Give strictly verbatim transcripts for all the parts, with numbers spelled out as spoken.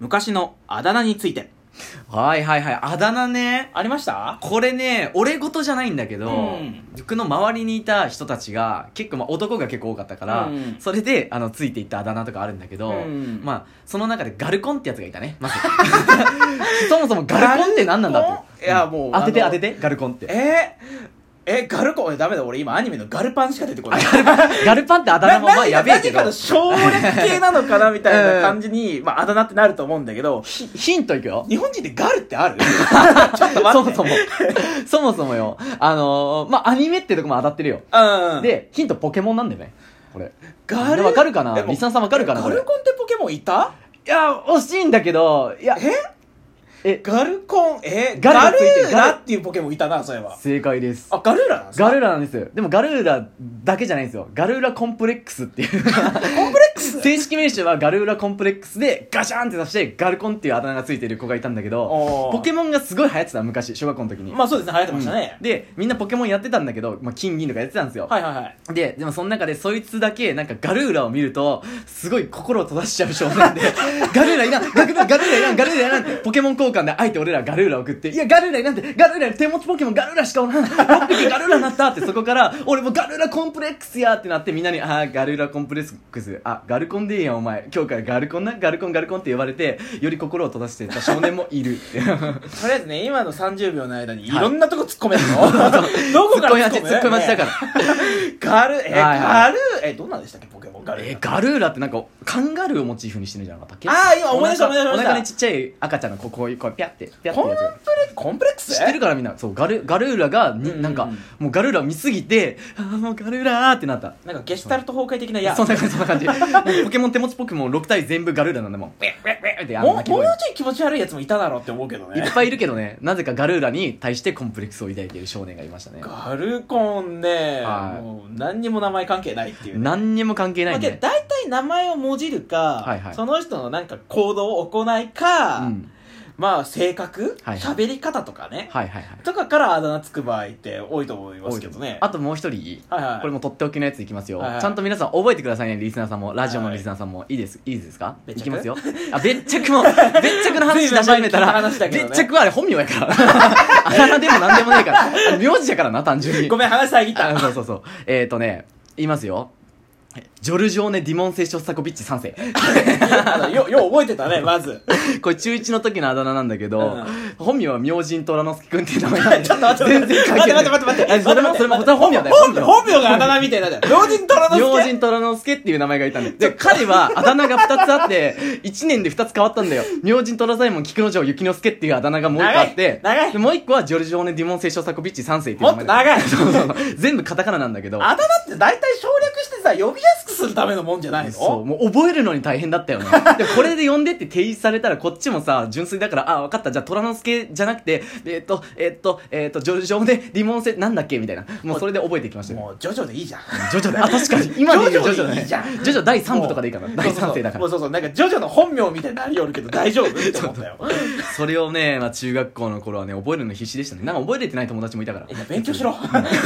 昔のあだ名について。 はいはいはい、あだ名ね。 ありました？ これね、俺事じゃないんだけど、 うん、 僕の周りにいた人たちが結構、まあ、男が結構多かったから、うん、それであのついていったあだ名とかあるんだけど、うん、まあその中でガルコンってやつがいたね、まずそもそもガルコンって何なんだって。 いやもう当てて当てて、ガルコンって。 えーえ、ガルコン、ダメだ、俺今アニメのガルパンしか出てこない。 ガルパンってあだ名もまあやべえけど。 何かの省略系なのかなみたいな感じに、まああだ名ってなると思うんだけど。 ヒントいくよ。 日本人でガルってある？ちょっと待って。 そもそも。そもそもよ。あのー、まあアニメってとこも当たってるよ。うん。で、ヒントポケモンなんだよね。これ。 ガル？ わかるかな？リスナーさんわかるかな？ ガルコンってポケモンいた？ いや、惜しいんだけど、いや。 ええ、ガルコン、えガガルーラっていうポケモンいたな、そういえば。 正解です。 あ、ガルーラなんですか？ ガルーラなんですよ。でもガルーラだけじゃないんですよ。ガルーラコンプレックスっていう。コンプレックス正式名称はガルーラコンプレックスでガシャンって出してガルコンっていうあだ名がついてる子がいたんだけど、ポケモンがすごい流行ってた昔、小学校の時に。 まあそうですね、流行ってましたね。 うん、で、みんなポケモンやってたんだけど、まあ金銀とかやってたんですよ。 はいはいはい。 で、でもその中でそいつだけなんかガルーラを見ると、すごい心を閉ざしちゃう少年で、ガルーラいらん、ガルーラ、ガルーラいらん、ガルーラいらんってポケモン交換であえて俺らガルーラ送って、いやガルーラいらんって、ガルーラ手持ちポケモンガルーラしかおらん、ろっぴきガルーラになったって、そこから俺もガルーラコンプレックスやってなってみんなに、あーガルーラコンプレックス、あ、ガルコンでいいやんお前、今日からガルコンな、ガルコンガルコンって呼ばれて、より心を閉ざしてた少年もいるって。 とりあえずね、今のさんじゅうびょうの間にいろんなとこ突っ込めるの、はい、どこから突っ込む？ 突っ込み待ちだから。 ガル、え、はいはい、ガル、え、どんなんでしたっけポケモンガルーラ。 え、ガルーラってなんかカンガルーをモチーフにしてるんじゃなかったっけ？ ああ、今思い出した思い出しました。 お腹にちっちゃい赤ちゃんのこうこういうこうピャってピャってやつが。 コンプレックス知ってるからみんな。そうガルガルーラがに、うんうん、なんかもうガルーラを見すぎて、ああもうガルーラーってなった。 なんかゲシュタルト崩壊的なや。 そんな感じそんな感じ。ポケモン手持ちポケモンろく体全部ガルーラなんだもん。ってもうもうちょい気持ち悪いやつもいただろうって思うけどね。 いっぱいいるけどね。なぜかガルーラに対してコンプレックスを抱いている少年がいましたね。 ガルコンね、はい、もう何にも名前関係ないっていう、ね。 何にも関係ないね。 だいたい名前をもじるか、はいはい、その人のなんか行動を行いか。うん、まあ性格、喋、はいはい、り方とかね、はいはいはい、とかからあだ名つく場合って多いと思いますけどね。 あともう一人、はいはい、これもとっておきのやついきますよ、はいはい、ちゃんと皆さん覚えてくださいね。リスナーさんもラジオのリスナーさんも、はい、いいですいいですか？いきますよ。あ、別着も別着の話出し始めたら、ね、別着はあれ本名やからあだ名でもなんでもないから名字やからな、単純に。 ごめん、話遮った。 そうそうそう。えーとね言いますよ。ジョルジョーネ・ディモンセ・ショスタコビッチさん世よ, よう覚えてたね、まず。 これ中いちの時のあだ名なんだけど、うん、本名は明神虎之介くんっていう名前なんで。ちょっと待って全然関係ない。待って待って待って。それも、それも、本名だよ。 本名。本名があだ名みたいなじゃん。明神虎之介。 明神虎之介っていう名前がいたんで。で、彼はあだ名がふたつあって、いちねんでふたつ変わったんだよ。明神虎左衛門菊之丞幸之助っていうあだ名がもういっこあって、 長い。 でもういっこはジョルジョーネ・ディモンセ・ショスタコビッチさん世っていう名前。もっと長い。 そうそうそう。全部カタカナなんだけど。 あだ名って大体省略してさ、呼びやすくするためのもんじゃないの？ そう、もう覚えるのに大変だったよね。で、これで呼んでって提示されたらこっちもさ、純粋だから、あ、分かった、じゃあ虎之助じゃなくて、えー、っと、えー、っと、えー、っと、ジョルジョーネ・ディモンセ、なんだっけみたいな。もうそれで覚えてきましたよ。 もう、ジョジョでいいじゃん。 ジョジョで、あ、確かに。今で言うジョジョだね。 いいじゃん。 ジョジョだいさん部とかでいいかな。だいさん世だから。 そうそうそう、なんかジョジョの本名みたいになりよるけど大丈夫って思ったよ。 それをね、まあ中学校の頃はね、覚えるの必死でしたね。なんか覚えれてない友達もいたから。 いや、勉強しろ。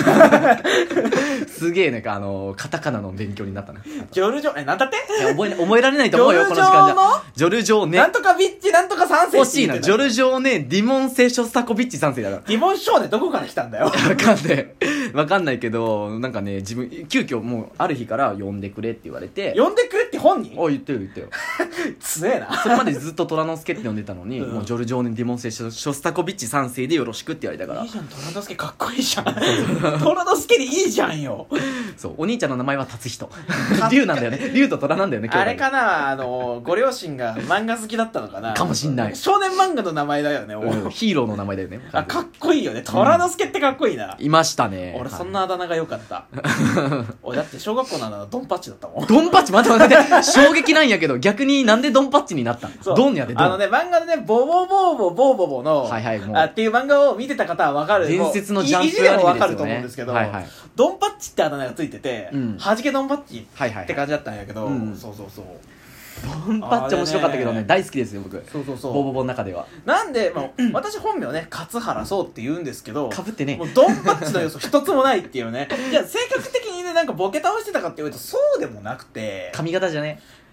すげえね、あの、カタカナの勉強になったな。 ジョルジョ、え、なんだって？ 覚え、覚えられないと思うよ、この時間じゃ。ジョルジョーネ。 なんとかビッチ、なんとか三世。 欲しいな。ジョルジョーネ、ディモンセ・ショスタコビッチさん世だから。 ディモンショーネどこから来たんだよ。 わかんない。わかんないけど、なんかね、自分、急遽もう、ある日から呼んでくれって言われて。 呼んでくれって本人？ お、言ってよ言ってよ。 つえな。 それまでずっと虎之助って呼んでたのに、うん、もうジョルジョーネ・ディモンセ・ショスタコビッチさん世でよろしくって言われたから。 いいじゃん、虎之助かっこいいじゃん。虎之助でいいじゃんよ。 そう、お兄ちゃんの名前は達人。龍なんだよね。龍と虎なんだよね、 あれかな、あの、ご両親が漫画好きだったのかな。 かもしんない。 少年漫画の名前だよね、 うん、ヒーローの名前だよね。 あ、かっこいいよね。虎之助ってかっこいいな。 いましたね。 俺そんなあだ名が良かった。俺だって小学校のあだ名ドンパッチだったもん。 ドンパッチ待って待って待って。衝撃なんやけど、逆になんでドンパッチになったの？ドンやで、ドン。 あのね、漫画でね、ボボボーボボーボボの、はいはい、もう。あっていう漫画を見てた方はわかる。 伝説のジャンプアニメですよね。 いじでもわかると思うんですけど、 はいはい、 ドンパッチってあだ名がついてて、うん、はじけドンパッチって感じだったんやけど、うん、そうそうそう。 ドンパッチ面白かったけどね、大好きですよ僕。 そうそうそう。 ボボボの中では。 なんで、まあ、私本名ね、勝原そうって言うんですけど、 かぶってね。 もうドンパッチの要素一つもないっていうね。いや、性格的にね、なんかボケ倒してたかって言うと、そうでもなくて。 髪型じゃね。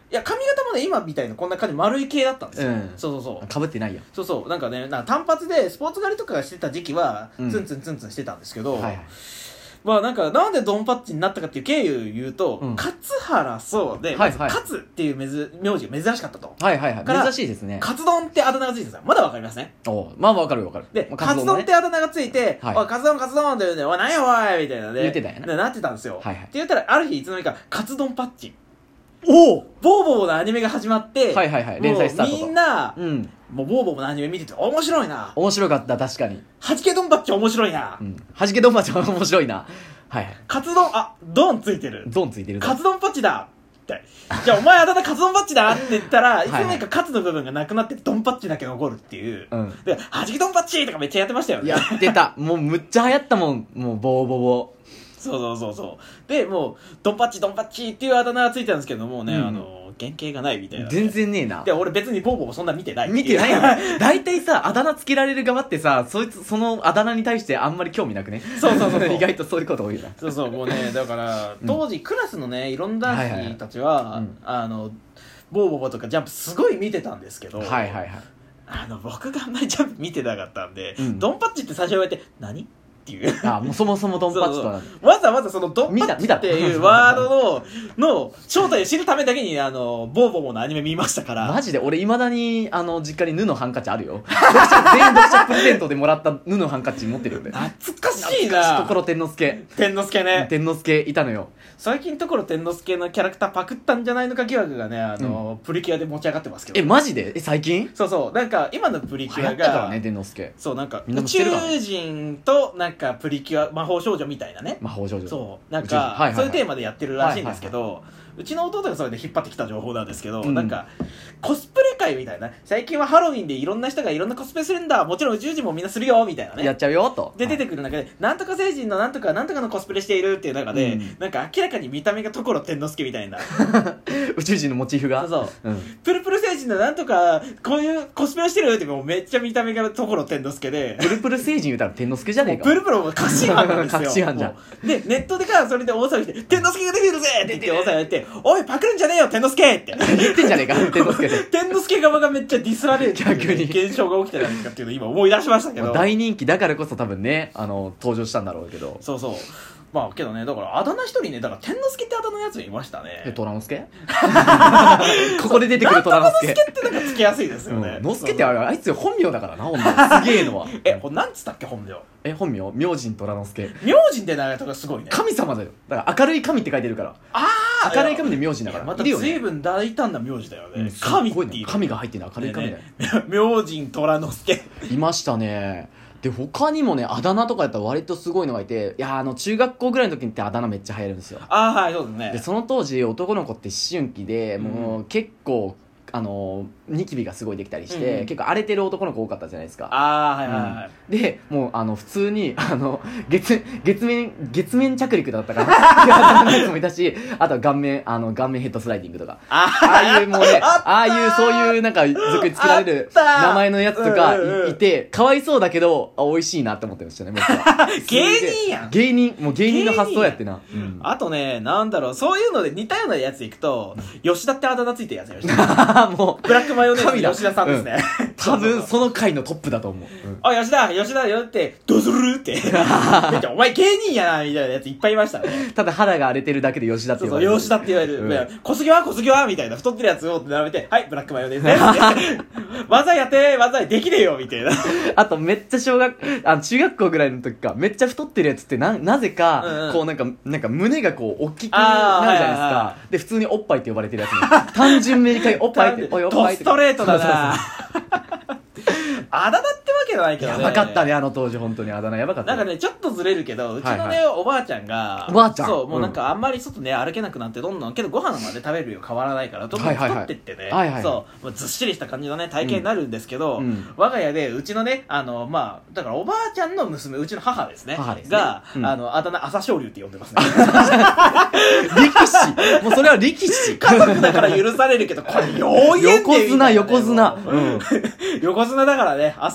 いや髪型もね今みたいなこんな感じ丸い系だったんですよ、うん、そうそうそうかぶってないよ。 そうそうなんかねなんか単発でスポーツ狩りとかしてた時期はツンツンツンツンしてたんですけど、うんはいはい、まあなんかなんでドンパッチになったかっていう経緯を言うと、うん、勝原そうで、はいはい、まず勝っていうめず名字が珍しかったと。 はいはいはい珍しいですね。 カツ丼ってあだ名がついてるんですよ。まだわかりますね。 おまあわかるわかる。 で、まあ、カツ丼ってあだ名がついて、はい、おいカツ丼カツ丼って言うんでおい何やおいみたいなね言ってたんやな。 なってたんですよ、はいはい、って言ったらある日いつの間にかカツ丼パッチおおボーボーのアニメが始まって、 はいはいはい、連載スタートとみんな、うん、もうボーボーのアニメ見てて面白いな面白かった確かにはじけドンパッチ面白いな、うん、 はじけドンパッチ面白いなはい、 カツ丼あドンついてるドンついてるカツ丼パッチだってじゃあお前あだ名カツ丼パッチだって言ったらいつの間にかカツの部分がなくなってドンパッチだけ残るっていう、うん、ではじけドンパッチとかめっちゃやってましたよねやってたもうむっちゃ流行ったもんもうボーボーボーそうそうそうそうでもうドンパッチドンパッチっていうあだ名がついてたんですけどもね、うん、あの原型がないみたいな、ね、 全然ねえなで俺別にボーボーもそんな見てない見てないよ大体さあだ名つけられる側ってさそいつそのあだ名に対してあんまり興味なくねそうそうそうそう意外とそういうこと多いなそうそうもうねだから当時、うん、クラスのねいろんな男子たちは、はいはいはい、あのボーボーボーとかジャンプすごい見てたんですけど、 はいはいはい、 あの僕があんまりジャンプ見てなかったんで、うん、ドンパッチって最初言われて何っていうあもうそもそもドンパッチとはわざわざそのドンパッチっていうワードのの正体を知るためだけにあのボーボーのアニメ見ましたからマジで俺いまだにあの実家に布のハンカチあるよ全員読者プレゼントでもらった布のハンカチ持ってるよね懐かしいなところてんのすけ天之助ね天之助いたのよ最近ところてんのすけのキャラクターパクったんじゃないのか疑惑がねあの、うん、プリキュアで持ち上がってますけどえマジでえ最近そうそうなんか今のプリキュアが流行ったからね天之助そうなんか宇宙人となんかプリキュア魔法少女みたいなね魔法少女そうなんか、はいはいはい、そういうテーマでやってるらしいんですけど、はいはいはい、うちの弟がそれで引っ張ってきた情報なんですけど、うん、なんかコスプレ会みたいな最近はハロウィンでいろんな人がいろんなコスプレするんだもちろん宇宙人もみんなするよみたいなねやっちゃうよとで出てくる中で、はい、なんとか星人のなんとかなんとかのコスプレしているっていう中で、うん、なんか明らかに見た目が所天之助みたいな宇宙人のモチーフがそうそう、うん、プルプル星人のなんとかこういうコスプレをしてるってもうめっちゃ見た目が所天之助でプルプル星人言うたら天之助じゃねえかプルプルも確信犯なんですよ確信犯じゃんでネットでからそれで大騒ぎして天之助が出てるぜって言って大騒ぎしておいパクるんじゃねえよ天之助って言ってんじゃねえか天之助で天之助側がめっちゃディスられる逆に現象が起きてないかっていうのを今思い出しましたけど大人気だからこそ多分ねあの登場したんだろうけどそうそうまあけどねだからあだ名一人ねだから天之助ってあだ名のやついましたねえ虎之助ここで出てくる虎之助なんとか之助ってなんかつけやすいですよね、 うん、之助ってあれあいつ本名だからなほんますげえのはえこれなんつったっけ本名え本名明神虎之助明神って名前とかすごいね神様だよだから明るい神って書いてるからああ明るい神で明神だからまた随分大胆な名字だよね、うん、神っていう神が入ってるの明るい神だよ、ね、 明神虎之助いましたねで他にもねあだ名とかやったら割とすごいのがいていやあの中学校ぐらいの時ってあだ名めっちゃ流行るんですよああはいそうですねでその当時男の子って思春期でもう結構あのニキビがすごいできたりして、うん、結構荒れてる男の子多かったじゃないですかああはいはいはい、 うん、でもうあの普通にあの月月面月面着陸だったかなっていうやつもいたしあとは顔面あの顔面ヘッドスライディングとかああいうもうねああいうそういうなんか俗に作られる名前のやつとか い,、うんうん、いてかわいそうだけどあ美味しいなって思ってましたね僕は芸人やん芸人もう芸人の発想やってな、 うん、あとねなんだろうそういうので似たようなやついくと、うん、吉田ってあだ名ついてるやつやりましたもうブラックマヨネーズ吉田さんですね、 うん、多分その回のトップだと思う、うん、 あ吉田吉田よってどうするってめっちゃお前芸人やなみたいなやついっぱいいましたねただ肌が荒れてるだけで吉田って言われるそうそう吉田って言われる、うん、小杉は小杉はみたいな太ってるやつを並べてはいブラックマヨネーズね技やって技できねえよみたいなあとめっちゃ小学あ中学校ぐらいの時かめっちゃ太ってるやつってななぜか、うんうん、こうなんかなんか胸がこう大きくなるじゃないですかで普通におっぱいって呼ばれてるやつ、ね、単純明快おっぱいっておいおっぱいってドストレートだなあだ名ってわけじゃないけどねやばかったねあの当時本当にあだ名やばかったなんかねちょっとずれるけどうちのね、はいはい、おばあちゃんがおばあちゃんそうもうなんかあんまり外ね歩けなくなってどんどんけどご飯まで食べる量変わらないからどんどん太ってってね、はいはいはい、そうもうずっしりした感じのね体型になるんですけど、うん、我が家でうちのねあのまあだからおばあちゃんの娘うちの母ですね母ですねが、うん、あのあだ名朝青龍って呼んでますね力士もうそれは力士家族だから許されるけどこれ妖艶横綱横綱、 うん、横綱だからね朝青龍だ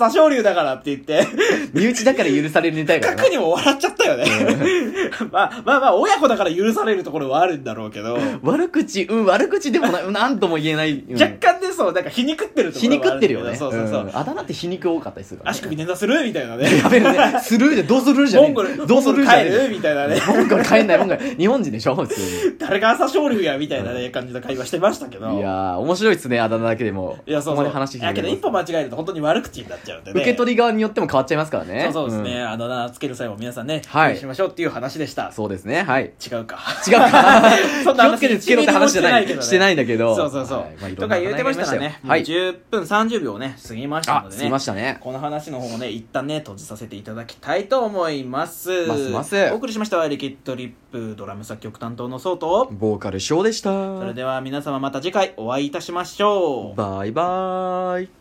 だからって言って身内だから許されるネタやからな。 角にも笑っちゃったよねまあまあまあ親子だから許されるところはあるんだろうけど悪口うん悪口でもななんとも言えない、うん、 若干でそうなんか皮肉ってるところはあるんだけど、 皮肉ってるよね。 そうそうそう、 うん、あだ名って皮肉多かったりするから、ね、 足首捻挫するみたいなねやべえねするでどうするじゃねえモンゴルどうするじゃねえ帰るみたいなねモンゴル帰んないモンゴル日本人でしょ普通に誰が朝青龍やみたいなね、うん、感じの会話してましたけど、 いやー面白いっすねあだ名だけでも。 いやそうそう、 ここまで話いやけど一歩間違えると本当に悪口になっちゃうんでね、 受け取り側によっても変わっちゃいますからね。 そうそうですね、うん、あだ名つける際も皆さんね、 はい、 注意しましょうっていう話でした。 そうですね、はい。 違うか違うかそんな気をつけてつけろって話じゃないしてないんだけど、 そうそうそう、はい、まあ、とか言うてましたらね、はい、じゅっぷんさんじゅうびょうね過ぎましたのでね、 過ぎましたね。 この話の方をね一旦ね閉じさせていただきたいと思います。 ますますお送りしましたはリキッドリップドラム作曲担当のソウとボーカルショーでした。 それでは皆様また次回お会いいたしましょう。 バイバーイ。